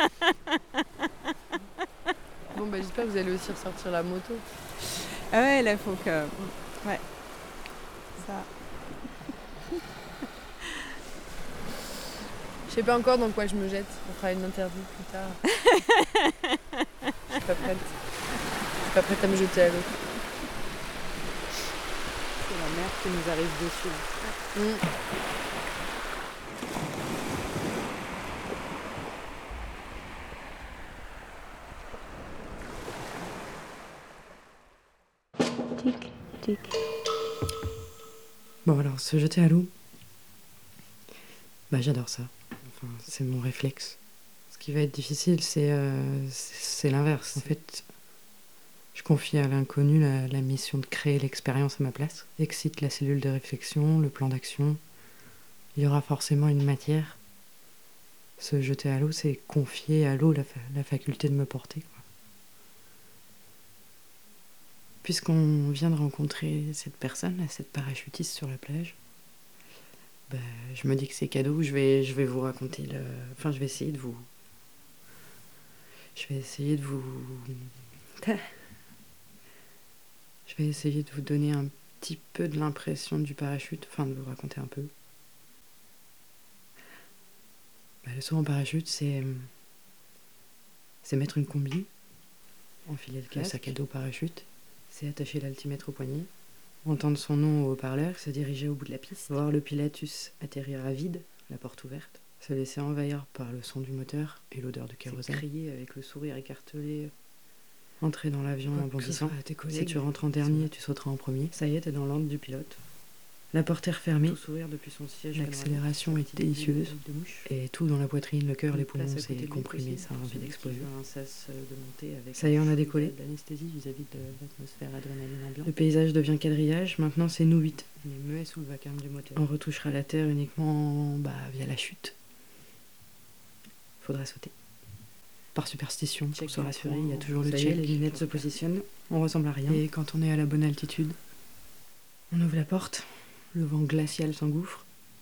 Bon bah j'espère que vous allez aussi ressortir la moto. Ah ouais, là faut que. Ouais. Ça. Je sais pas encore dans quoi je me jette. On fera une interview plus tard. Je suis pas prête. Je suis pas prête à me jeter à l'eau. C'est la mer qui nous arrive dessus. Mm. Tic, tic. Bon alors, se jeter à l'eau, bah j'adore ça. Enfin, c'est mon réflexe. Ce qui va être difficile, c'est euh, c'est l'inverse. En fait, je confie à l'inconnu la, la mission de créer l'expérience à ma place. Excite la cellule de réflexion, le plan d'action. Il y aura forcément une matière. Se jeter à l'eau, c'est confier à l'eau la, fa- la faculté de me porter, quoi. Puisqu'on vient de rencontrer cette personne, là, cette parachutiste sur la plage, bah, je me dis que c'est cadeau, je vais, je vais vous raconter le... Enfin, je vais essayer de vous... Je vais essayer de vous... Je vais essayer de vous donner un petit peu de l'impression du parachute, enfin de vous raconter un peu. Bah, le saut en parachute, c'est... C'est mettre une combi, enfiler le casque, sac à dos parachute, c'est attacher l'altimètre au poignet, entendre son nom au haut-parleur, se diriger au bout de la piste, voir le Pilatus atterrir à vide, la porte ouverte, se laisser envahir par le son du moteur et l'odeur de kérosène, crier avec le sourire écartelé, entrer dans l'avion en bondissant. Si tu rentres en dernier, tu sauteras en premier. Ça y est, t'es dans l'antre du pilote. La porte est refermée, tout sourire depuis son siège. L'accélération est délicieuse. Et tout dans la poitrine, le cœur, les poumons, c'est comprimé, ça a envie d'exploser. Ça y est, on a décollé. L'anesthésie vis-à-vis de l'atmosphère adrénaline ambiante. Le paysage devient quadrillage, maintenant c'est nous huit. On est muets sous le vacarme du moteur. On retouchera la terre uniquement bah, via la chute. Faudra sauter. Par superstition, pour se rassurer, il y a toujours le check. Les lunettes se positionnent, on ressemble à rien. Et quand on est à la bonne altitude, on ouvre la porte. Le vent glacial s'engouffre.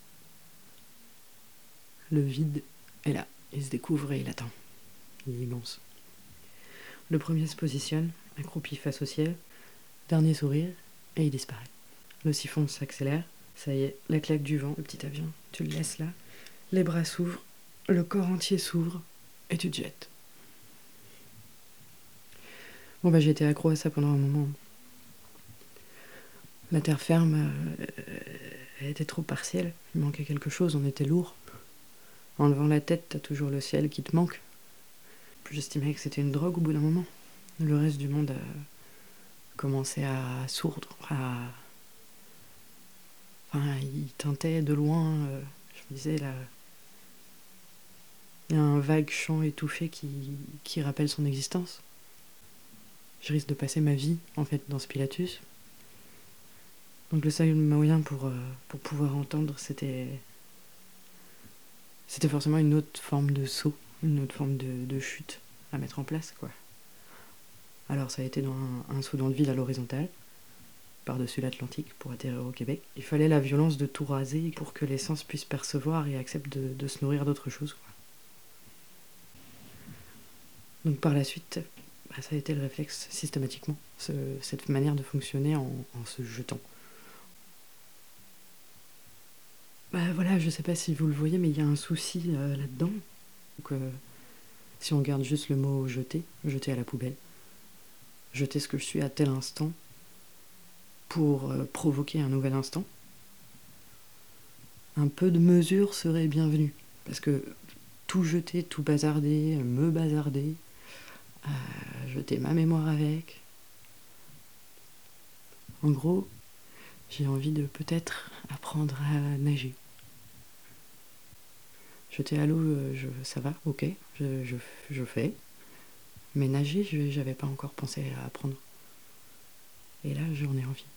Le vide est là. Il se découvre et il attend. Il est immense. Le premier se positionne, accroupi face au ciel. Dernier sourire, et il disparaît. Le siphon s'accélère. Ça y est, la claque du vent, le petit avion. Tu le laisses là. Les bras s'ouvrent. Le corps entier s'ouvre. Et tu te jettes. Bon bah j'ai été accro à ça pendant un moment. La terre ferme, euh, elle était trop partielle. Il manquait quelque chose, on était lourd. En levant la tête, t'as toujours le ciel qui te manque. J'estimais que c'était une drogue au bout d'un moment. Le reste du monde a commencé à sourdre, à... Enfin, il teintait de loin. Euh, je me disais, là... Il y a un vague chant étouffé qui, qui rappelle son existence. Je risque de passer ma vie, en fait, dans ce Pilatus. Donc le seul moyen pour, euh, pour pouvoir entendre, c'était... C'était forcément une autre forme de saut, une autre forme de, de chute à mettre en place, quoi. Alors ça a été dans un, un saut dans le vide à l'horizontale, par-dessus l'Atlantique, pour atterrir au Québec. Il fallait la violence de tout raser pour que les sens puissent percevoir et acceptent de, de se nourrir d'autre chose, quoi. Donc par la suite, bah, ça a été le réflexe systématiquement, ce, cette manière de fonctionner en, en se jetant. Bah voilà, je sais pas si vous le voyez, mais il y a un souci euh, là-dedans. Donc, euh, Si on garde juste le mot jeter, jeter à la poubelle, jeter ce que je suis à tel instant pour euh, provoquer un nouvel instant, un peu de mesure serait bienvenu. Parce que tout jeter, tout bazarder, me bazarder, euh, jeter ma mémoire avec. En gros, j'ai envie de peut-être apprendre à nager. Jeter à l'eau, je, ça va, ok, je, je, je fais. Mais nager, je j'avais pas encore pensé à apprendre. Et là, j'en ai envie.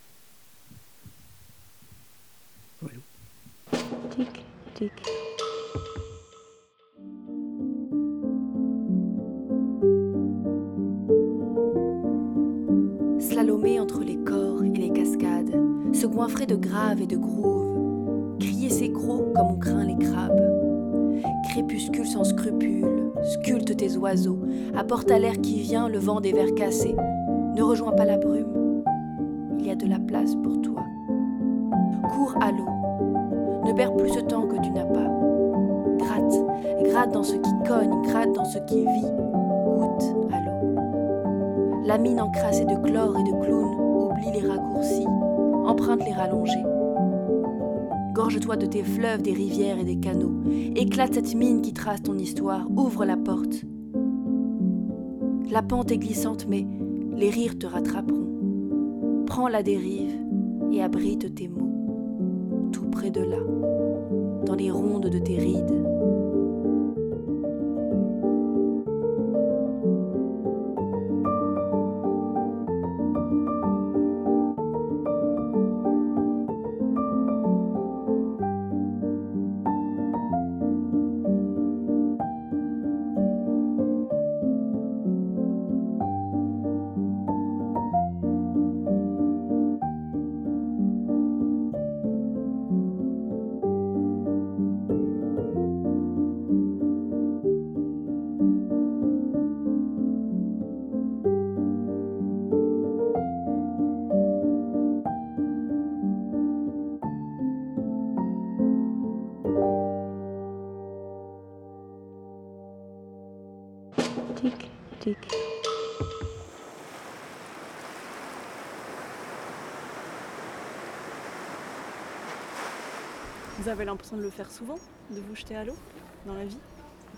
Voilà. Tic, tic. Slalomer entre les corps et les cascades, se goinfrer de graves et de grooves, crier ses crocs comme on craint les crabes. Crépuscule sans scrupule, sculpte tes oiseaux, apporte à l'air qui vient le vent des vers cassés. Ne rejoins pas la brume, il y a de la place pour toi. Cours à l'eau, ne perds plus ce temps que tu n'as pas. Gratte, gratte dans ce qui cogne, gratte dans ce qui vit, goûte à l'eau. La mine encrassée de chlore et de clown, oublie les raccourcis, emprunte les rallongés. Gorge-toi de tes fleuves, des rivières et des canaux. Éclate cette mine qui trace ton histoire, ouvre la porte. La pente est glissante, mais les rires te rattraperont. Prends la dérive et abrite tes mots, tout près de là, dans les rondes de tes rides. Tic, tic. Vous avez l'impression de le faire souvent, de vous jeter à l'eau dans la vie?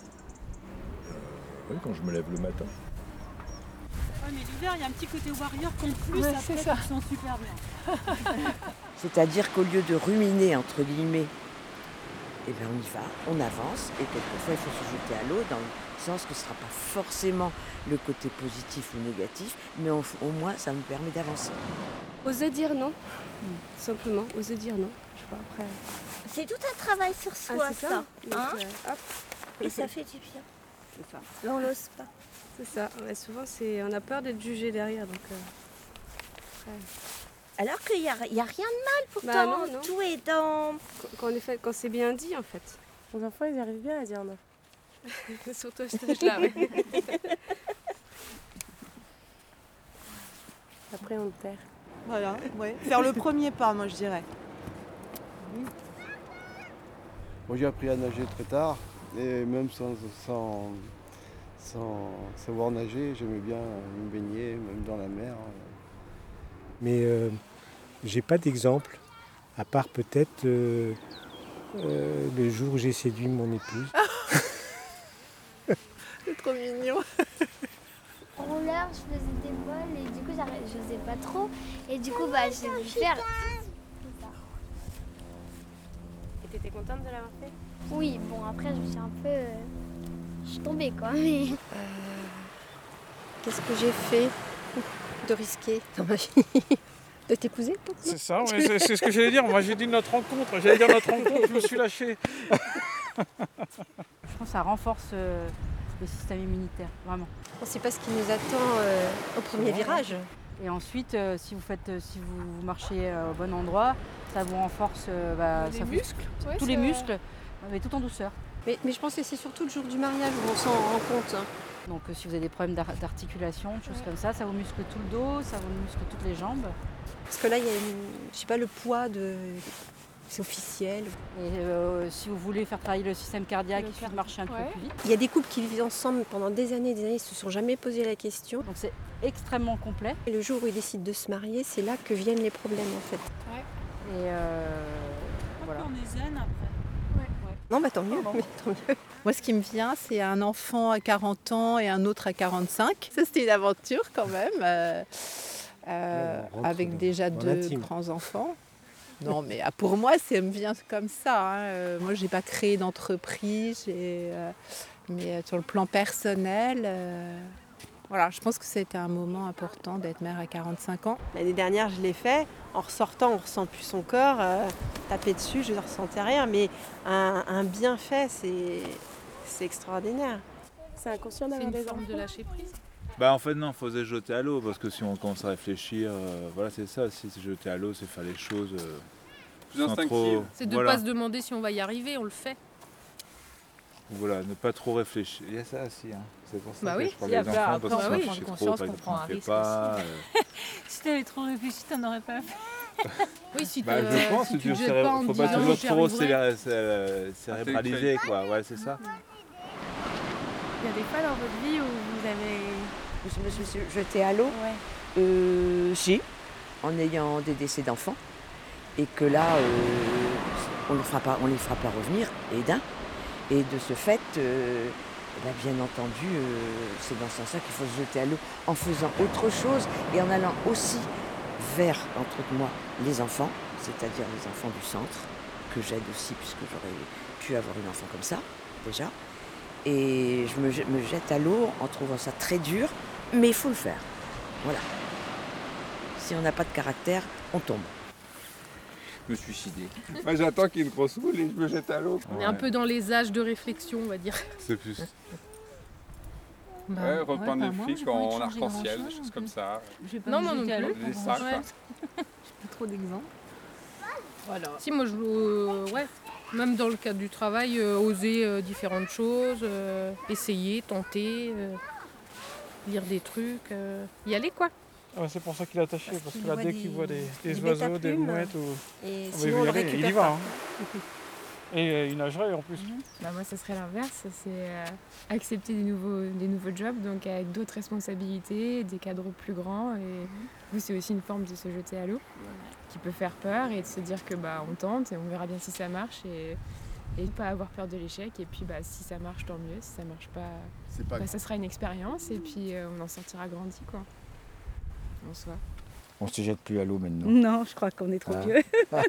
Oui, quand je me lève le matin. Ouais, mais l'hiver, il y a un petit côté warrior qu'en plus, Ouais, après, c'est ça. tu te sens super bien. C'est-à-dire qu'au lieu de ruminer, entre guillemets, eh bien on y va, on avance, et quelquefois il faut se jeter à l'eau dans le sens que ce ne sera pas forcément le côté positif ou négatif, mais au, au moins ça me permet d'avancer. Oser dire non, simplement, oser dire non. Je sais pas, après... C'est tout un travail sur soi, Ah, c'est ça. ça. Donc, hein euh, hop. Et ça fait du bien. C'est ça. Mais on l'ose pas. C'est ça. Ouais, souvent, c'est... on a peur d'être jugé derrière. Donc, euh, après... Alors qu'il n'y a, y a rien de mal pourtant. Bah non, non. Tout est dans... Quand, quand, on est fait, quand c'est bien dit, en fait. Les enfants, ils arrivent bien à dire non. Surtout à cet âge-là, ouais. Après, on le perd. Voilà, ouais. Faire le premier pas, moi je dirais. Moi j'ai appris à nager très tard et même sans, sans, sans savoir nager, j'aimais bien me baigner, même dans la mer. Mais euh, j'ai pas d'exemple, à part peut-être euh, euh, le jour où j'ai séduit mon épouse. C'est trop mignon. En roller, je faisais des vols et du coup, j'arrête- je faisais pas trop. Et du coup, bah, j'ai dû faire. Et t'étais contente de l'avoir fait? Oui, bon, après, je me suis un peu. euh, Je suis tombée, quoi. Mais... Qu'est-ce que j'ai fait de risqué dans ma vie? De t'épouser? C'est ça, ouais, c'est, c'est ce que j'allais dire. Moi j'ai dit notre rencontre, j'allais dire notre rencontre, je me suis lâché. Je pense que ça renforce euh, le système immunitaire, vraiment. On ne sait pas ce qui nous attend euh, au premier virage. Et ensuite, euh, si vous faites, euh, si vous marchez euh, au bon endroit, ça vous renforce euh, bah, Les ça vous- muscles, ouais, tous ça- les muscles, mais tout en douceur. Mais, mais je pense que c'est surtout le jour du mariage où on s'en rend compte. hein. Donc euh, si vous avez des problèmes d'ar- d'articulation, de choses comme ça, ça vous muscle tout le dos, ça vous muscle toutes les jambes. Parce que là, il y a une- je sais pas, le poids de, c'est officiel. Et euh, si vous voulez faire travailler le système cardiaque, il suffit de marcher un peu Ouais. plus vite. Il y a des couples qui vivent ensemble pendant des années et des années, ils ne se sont jamais posé la question. Donc c'est extrêmement complet. Et le jour où ils décident de se marier, c'est là que viennent les problèmes en fait. Et euh, voilà. On est zen après. Non, bah tant mieux. mais tant mieux. Moi, ce qui me vient, c'est un enfant à quarante ans et un autre à quarante-cinq. Ça, c'était une aventure quand même, euh, euh, On rentre avec dans- déjà dans deux l'intime. grands-enfants. Non, mais ah, pour moi, ça me vient comme ça. hein. Euh, Moi, je n'ai pas créé d'entreprise, j'ai, euh, mais euh, sur le plan personnel, euh, voilà, je pense que c'était un moment important d'être mère à quarante-cinq ans. L'année dernière, je l'ai fait. En ressortant, on ne ressent plus son corps. Euh, taper dessus, je ne ressentais rien. Mais un, un bienfait, c'est, c'est extraordinaire. C'est inconscient C'est d'avoir une des forme enfants. de lâcher prise. Bah en fait non, il faut se jeter à l'eau parce que si on commence à réfléchir, euh, voilà c'est ça, si se jeter à l'eau, c'est faire les choses euh, Plus sans instinctive. trop, C'est de ne voilà, pas se demander si on va y arriver, on le fait. voilà, ne pas trop réfléchir. Il y a ça aussi, hein. C'est pour ça Bah que oui. je parle Si, des après- enfants après, parce on qu'on peut réfléchit prendre trop, conscience par qu'on exemple, prend on un ne fait risque pas. aussi. euh, Si t'avais trop réfléchi, t'en aurais pas fait. Oui, si Bah, te- je pense si que tu tu te jettes pas en faut pas disant, toujours j'y trop arriverai. célé- cé- cérébraliser quoi, ouais c'est ça. Il y a des fois dans votre vie où vous avez. Je me suis jetée à l'eau. Euh, si, en ayant des décès d'enfants. Et que là, euh, on ne les fera pas, on les fera pas revenir, et d'un. Et de ce fait, euh, bah, bien entendu, euh, c'est dans ce sens-là qu'il faut se jeter à l'eau en faisant autre chose et en allant aussi vers, entre moi, les enfants, c'est-à-dire les enfants du centre, que j'aide aussi puisque j'aurais pu avoir une enfant comme ça, déjà. Et je me, je- me jette à l'eau en trouvant ça très dur, mais il faut le faire. Voilà. Si on n'a pas de caractère, on tombe. Me suicider. Moi j'attends qu'il y ait une grosse houle et je me jette à l'eau. On est un peu dans les âges de réflexion, on va dire. C'est plus. Bah, Ouais, repeindre ouais, bah, les moi, flics j'ai pas envie de en changer arc-en-ciel, grand-chose, des choses en comme plus. ça. Je vais pas Non, me moi non jeter à l'eau plus. Des pour sacs, grand-chose. quoi. J'ai pas trop d'exemples. Voilà. Si, moi, je euh, ouais, même dans le cadre du travail, euh, oser euh, différentes choses, euh, essayer, tenter, euh, lire des trucs, euh, y aller, quoi. Ah, c'est pour ça qu'il est attaché, parce, qu'il que là, voit dès des- qu'il voit des, des des bêtes à oiseaux, des plumes, mouettes, ou... et Ah, bah, sinon, il on va y le aller, il récupère y va. pas. Hein. Et euh, il nagerait en plus. Bah moi, ça serait l'inverse, c'est euh, accepter des nouveaux, des nouveaux jobs, donc avec d'autres responsabilités, des cadres plus grands. Et vous, c'est aussi une forme de se jeter à l'eau, qui peut faire peur et de se dire que bah on tente et on verra bien si ça marche et et pas avoir peur de l'échec. Et puis bah si ça marche, tant mieux. Si ça marche pas, C'est pas bah, grave. ça sera une expérience et puis euh, on en sortira grandi quoi. En soi. On se jette plus à l'eau maintenant. Non, je crois qu'on est trop Ah. vieux.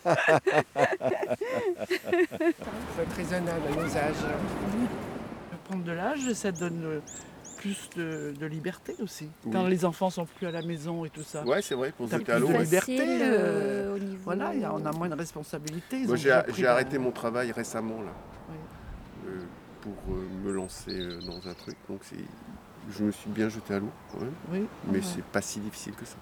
Faut être raisonnable à nos âges. Prendre de l'âge, ça donne euh, plus de, de liberté aussi. Oui. Quand les enfants sont plus à la maison et tout ça. Ouais, c'est vrai, pour se T'as jeter à plus l'eau, de ouais. liberté. Facile, euh, euh, au niveau- Voilà, y a- on a moins de responsabilités. ils Moi ont j'ai déjà pris j'ai la- arrêté mon travail récemment là, euh, pour euh, me lancer euh, dans un truc. Donc c'est, je me suis bien jeté à l'eau quand même. Oui, mais ouais. c'est pas si difficile que ça.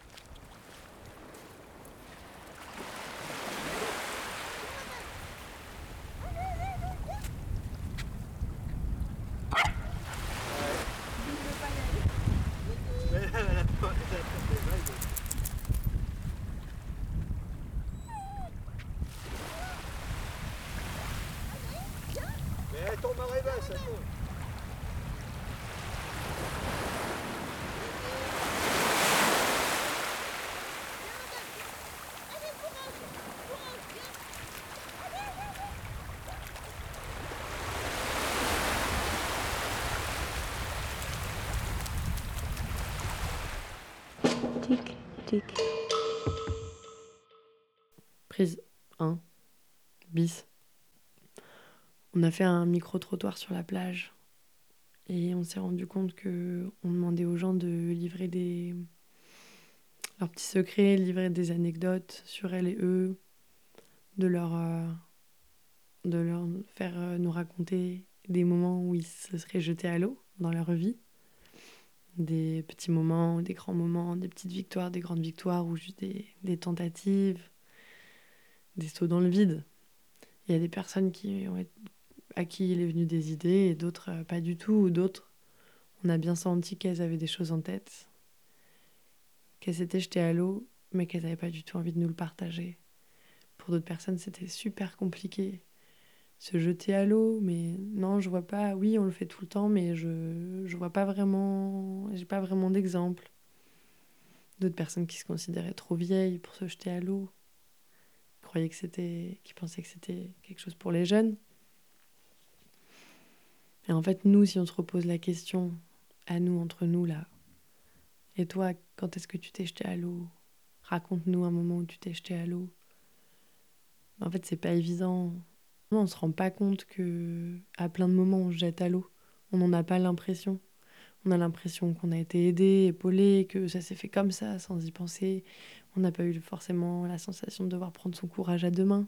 Mais elle tombe à rêver, ça tombe. Tic, tic. Prise un. Bis. On a fait un micro-trottoir sur la plage et on s'est rendu compte que on demandait aux gens de livrer des leurs petits secrets, livrer des anecdotes sur elles et eux, de leur euh, de leur faire euh, nous raconter des moments où ils se seraient jetés à l'eau dans leur vie, des petits moments, des grands moments, des petites victoires, des grandes victoires ou juste des, des tentatives, des sauts dans le vide. Il y a des personnes qui ont été- à qui il est venu des idées et d'autres euh, pas du tout, ou d'autres, on a bien senti qu'elles avaient des choses en tête, qu'elles s'étaient jetées à l'eau, mais qu'elles n'avaient pas du tout envie de nous le partager, pour pour d'autres personnes, c'était super compliqué. Se jeter à l'eau, mais non, je vois pas. Oui, on le fait tout le temps, mais je je vois pas vraiment. J'ai pas vraiment d'exemple. D'autres personnes qui se considéraient trop vieilles pour se jeter à l'eau, qui croyaient que c'était, qui pensaient que c'était quelque chose pour les jeunes. Et en fait, nous, si on se repose la question, à nous, entre nous, là, et toi, quand est-ce que tu t'es jeté à l'eau? Raconte-nous un moment où tu t'es jeté à l'eau. En fait, c'est pas évident. On se rend pas compte que à plein de moments, on se jette à l'eau. On n'en a pas l'impression. On a l'impression qu'on a été aidé, épaulé, que ça s'est fait comme ça, sans y penser. On n'a pas eu forcément la sensation de devoir prendre son courage à deux mains.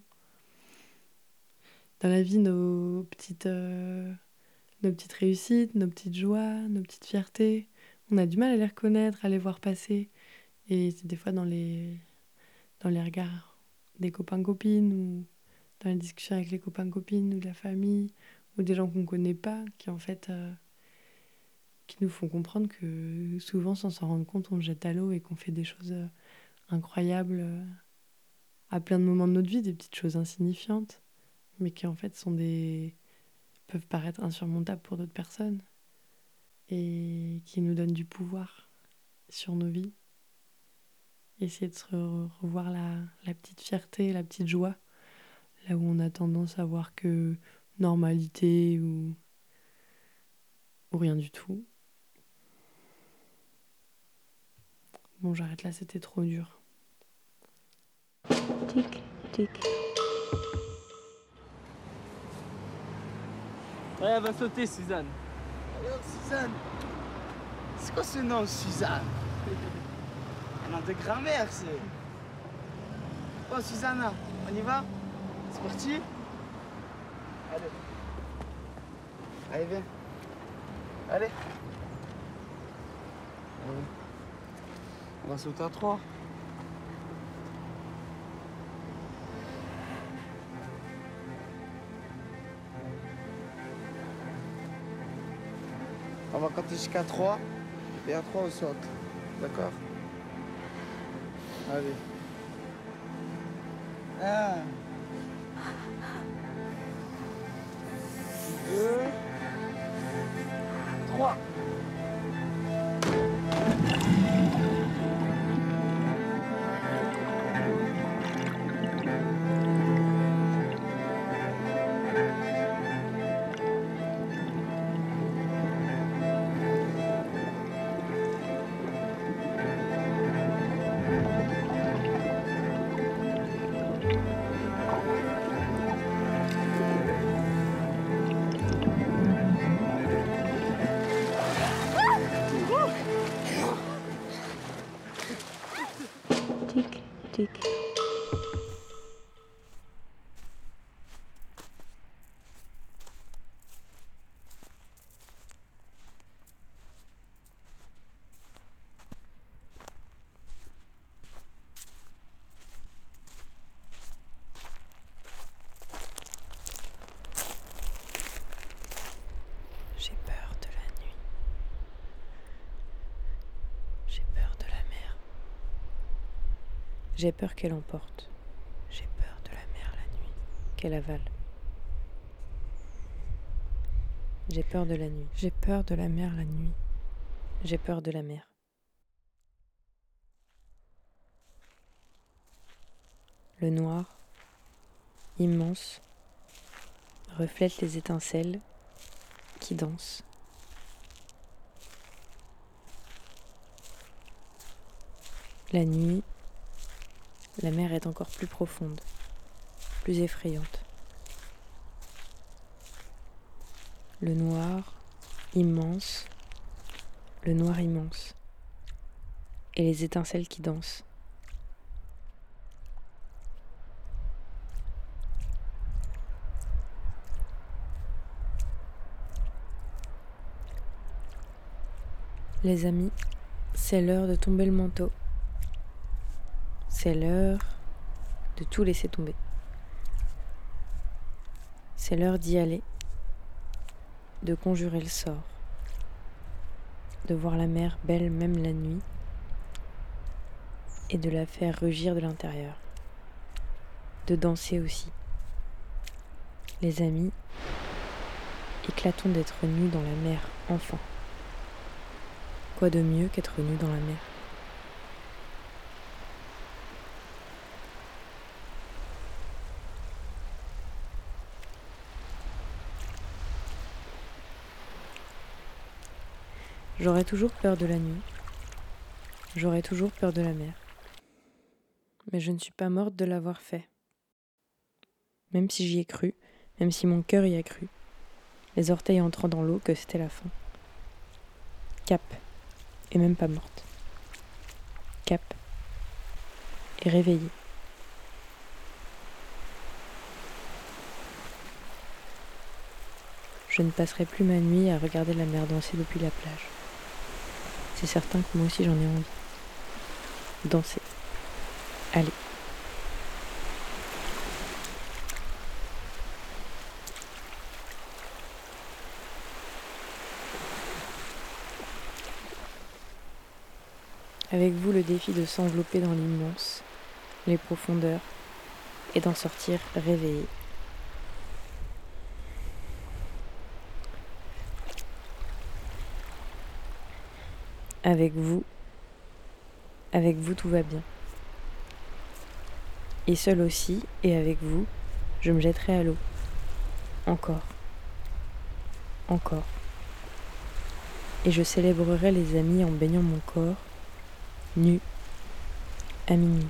Dans la vie, nos petites... Euh... nos petites réussites, nos petites joies, nos petites fiertés. On a du mal à les reconnaître, à les voir passer. Et c'est des fois dans les, dans les regards des copains-copines ou dans les discussions avec les copains-copines ou de la famille ou des gens qu'on ne connaît pas qui en fait euh, qui nous font comprendre que souvent sans s'en rendre compte on se jette à l'eau et qu'on fait des choses euh, incroyables euh, à plein de moments de notre vie, des petites choses insignifiantes mais qui en fait sont des peuvent paraître insurmontables pour d'autres personnes et qui nous donnent du pouvoir sur nos vies. Essayer de se revoir la, la petite fierté, la petite joie, là où on a tendance à voir que normalité ou, ou rien du tout. Bon, j'arrête là, c'était trop dur. Tic, tic. Ouais, elle va sauter, Suzanne. Alors, Suzanne, c'est quoi ce nom, Suzanne? Un nom de grand-mère, c'est. Oh, Susanna, on y va? C'est parti? Allez. Allez, viens. Allez. Allez. On va sauter à trois. On va compter jusqu'à trois, et à trois on saute. D'accord? Allez. Un. Deux. Trois. Tic, tic. J'ai peur de la nuit. J'ai peur de la mer. J'ai peur qu'elle emporte. J'ai peur de la mer la nuit, qu'elle avale. J'ai peur de la nuit. J'ai peur de la mer la nuit. J'ai peur de la mer. Le noir, immense, reflète les étincelles qui dansent. La nuit, la mer est encore plus profonde, plus effrayante. Le noir, immense, le noir immense, et les étincelles qui dansent. Les amis, c'est l'heure de tomber le manteau. C'est l'heure de tout laisser tomber. C'est l'heure d'y aller, de conjurer le sort, de voir la mer belle même la nuit et de la faire rugir de l'intérieur. de danser aussi. Les amis, éclatons d'être nus dans la mer, enfin. Quoi de mieux qu'être nus dans la mer? J'aurais toujours peur de la nuit. J'aurais toujours peur de la mer. Mais je ne suis pas morte de l'avoir fait. Même si j'y ai cru, même si mon cœur y a cru, les orteils entrant dans l'eau, que c'était la fin. Cap, et même pas morte. Cap, et réveillée. Je ne passerai plus ma nuit à regarder la mer danser depuis la plage. C'est certain que moi aussi j'en ai envie. Danser. Allez. Avec vous le défi de s'envelopper dans l'immense, les profondeurs, et d'en sortir réveillé. Avec vous, avec vous tout va bien. Et seul aussi, et avec vous, je me jetterai à l'eau. Encore. Encore. Et je célébrerai les amis en baignant mon corps, nu, à minuit.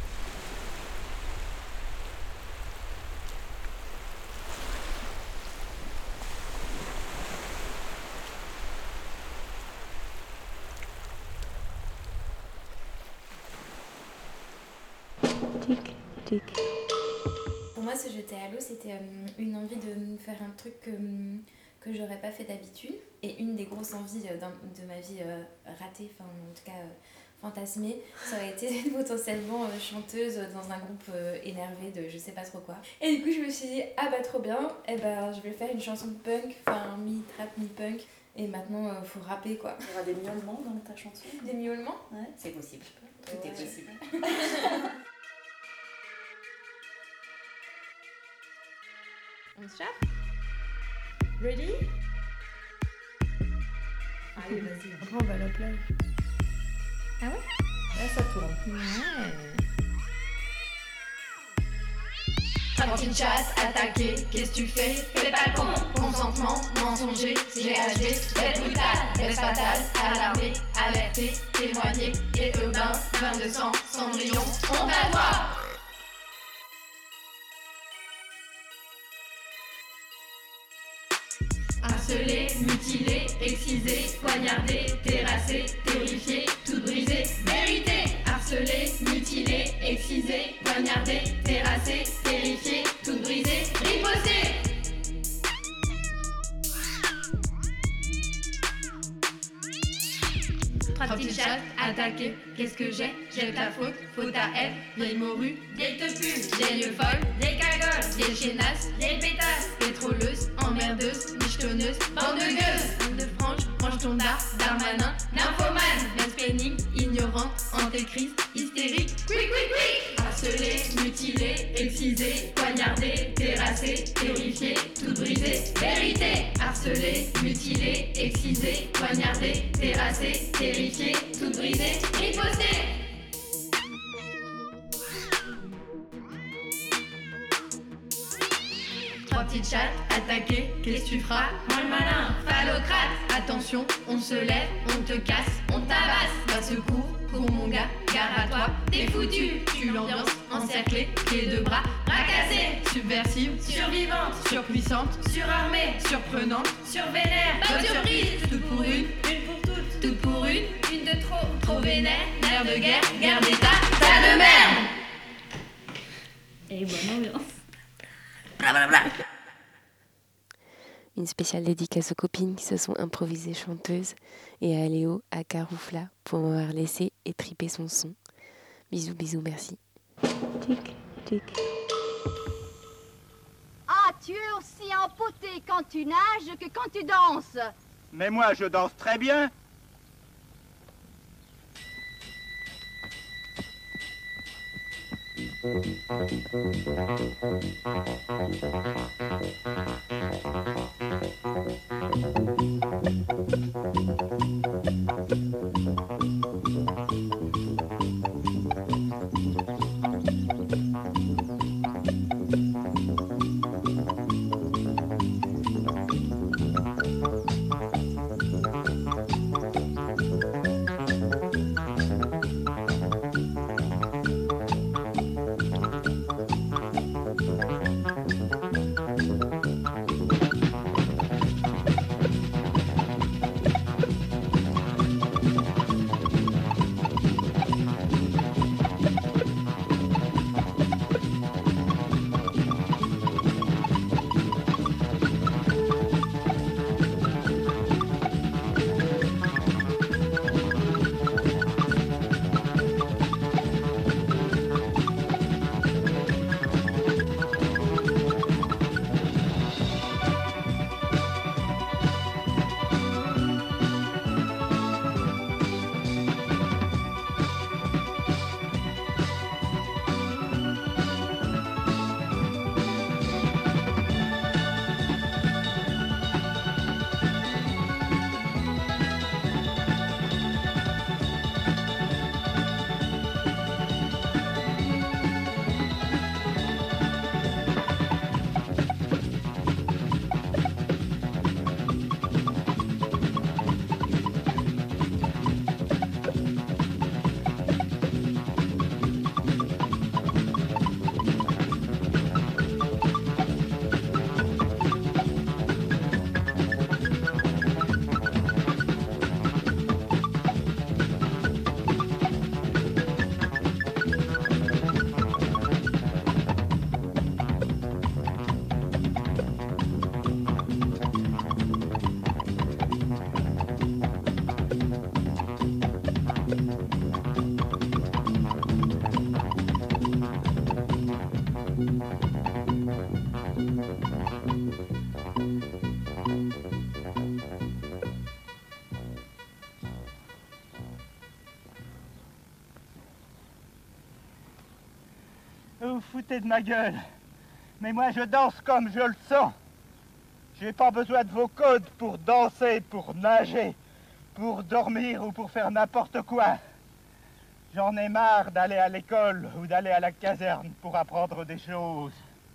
Tic, tic. Pour moi, se jeter à l'eau, c'était euh, une envie de faire un truc que, que j'aurais pas fait d'habitude. Et une des grosses envies euh, de ma vie euh, ratée, enfin en tout cas euh, fantasmée, ça aurait été potentiellement euh, chanteuse dans un groupe euh, énervé de je sais pas trop quoi. Et du coup, je me suis dit, ah bah trop bien, et ben je vais faire une chanson punk, enfin mi-trap, mi-punk. Et maintenant, il euh, faut rapper quoi. Il y aura des miaulements dans ta chanson? Des miaulements? Ouais. C'est possible. Tout ouais. est possible. On se chauffe? Ready? Allez, vas-y. Après, on va à la plage. Ah ouais? Là, ça tourne. Ouais. Trente chasse, attaqué, qu'est-ce que tu fais? Fais pas le con, consentement, mensonger, G H D, bête brutale, baisse fatale, alarmé, alerté, témoigné, et urbain, vingt-deux cents, Cendrillon, on va voir! Harcelé, mutilé, excisé, poignardé, terrassé, terrifié, tout brisé, vérité. Harcelé, mutilé, excisé, poignardé, terrassé, terrifié, tout brisé, riposté. Trois petites chattes, attaquées, qu'est-ce que j'ai? J'ai ta faute, faute à elle, vieille morue, vieille te pue, vieille folle, vieille cagole, vieille chénasse, vieille pétasse, pétroleuse, emmerdeuse, michetonneuse, bande de gueules, bande de franges, range ton dard, darmanin, nymphomane, mansplaining, ignorante, antéchrist, hystérique, quick quick quick. Harcelé, mutilé, excisé, poignardé, terrassé, terrifié, tout brisé, vérité. Harcelé, mutilé, excisé, poignardé, terrassé, terrifié, tout brisé, riposté. Trois petites chattes, attaquées, qu'est-ce que tu feras? Moi le malin, phallocrate. Attention, on se lève, on te casse, on tabasse. Pas secours, cours mon gars, gare à toi, t'es foutu. Tu l'ambiance, encerclée, pieds de bras, bras cassés. Subversive, survivante, surpuissante, surarmée, surprenante, survénère. Bonne surprise, toute pour une, une pour toutes, toute pour une, une de trop, trop vénère. Nerf de guerre, guerre d'état, tas de merde. Et bonne ambiance. Une spéciale dédicace aux copines qui se sont improvisées chanteuses et à Léo, à Caroufla pour m'avoir laissé étriper son son. Bisous, bisous, merci. Tic, tic. Ah, tu es aussi empoté quand tu nages que quand tu danses. Mais moi, je danse très bien. Vous vous foutez de ma gueule. Mais moi je danse comme je le sens. J'ai pas besoin de vos codes pour danser, pour nager, pour dormir ou pour faire n'importe quoi. J'en ai marre d'aller à l'école ou d'aller à la caserne pour apprendre des choses.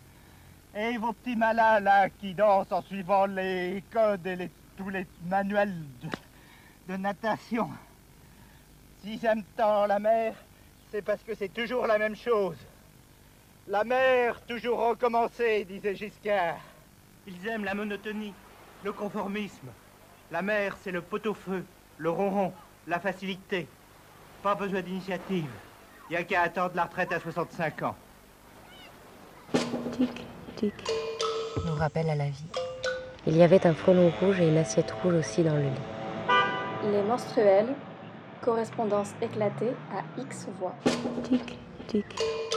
Et vos petits malins là qui dansent en suivant les codes et les, tous les manuels de, de natation. Si j'aime tant la mer, c'est parce que c'est toujours la même chose. La mer, toujours recommencer, disait Giscard. Ils aiment la monotonie, le conformisme. La mer, c'est le pot-au-feu, le ronron, la facilité. Pas besoin d'initiative. Il n'y a qu'à attendre la retraite à soixante-cinq ans. Tic, tic. Nous rappelle à la vie. Il y avait un frelon rouge et une assiette rouge aussi dans le lit. Les menstruels, correspondance éclatée à X voix. Tic, tic.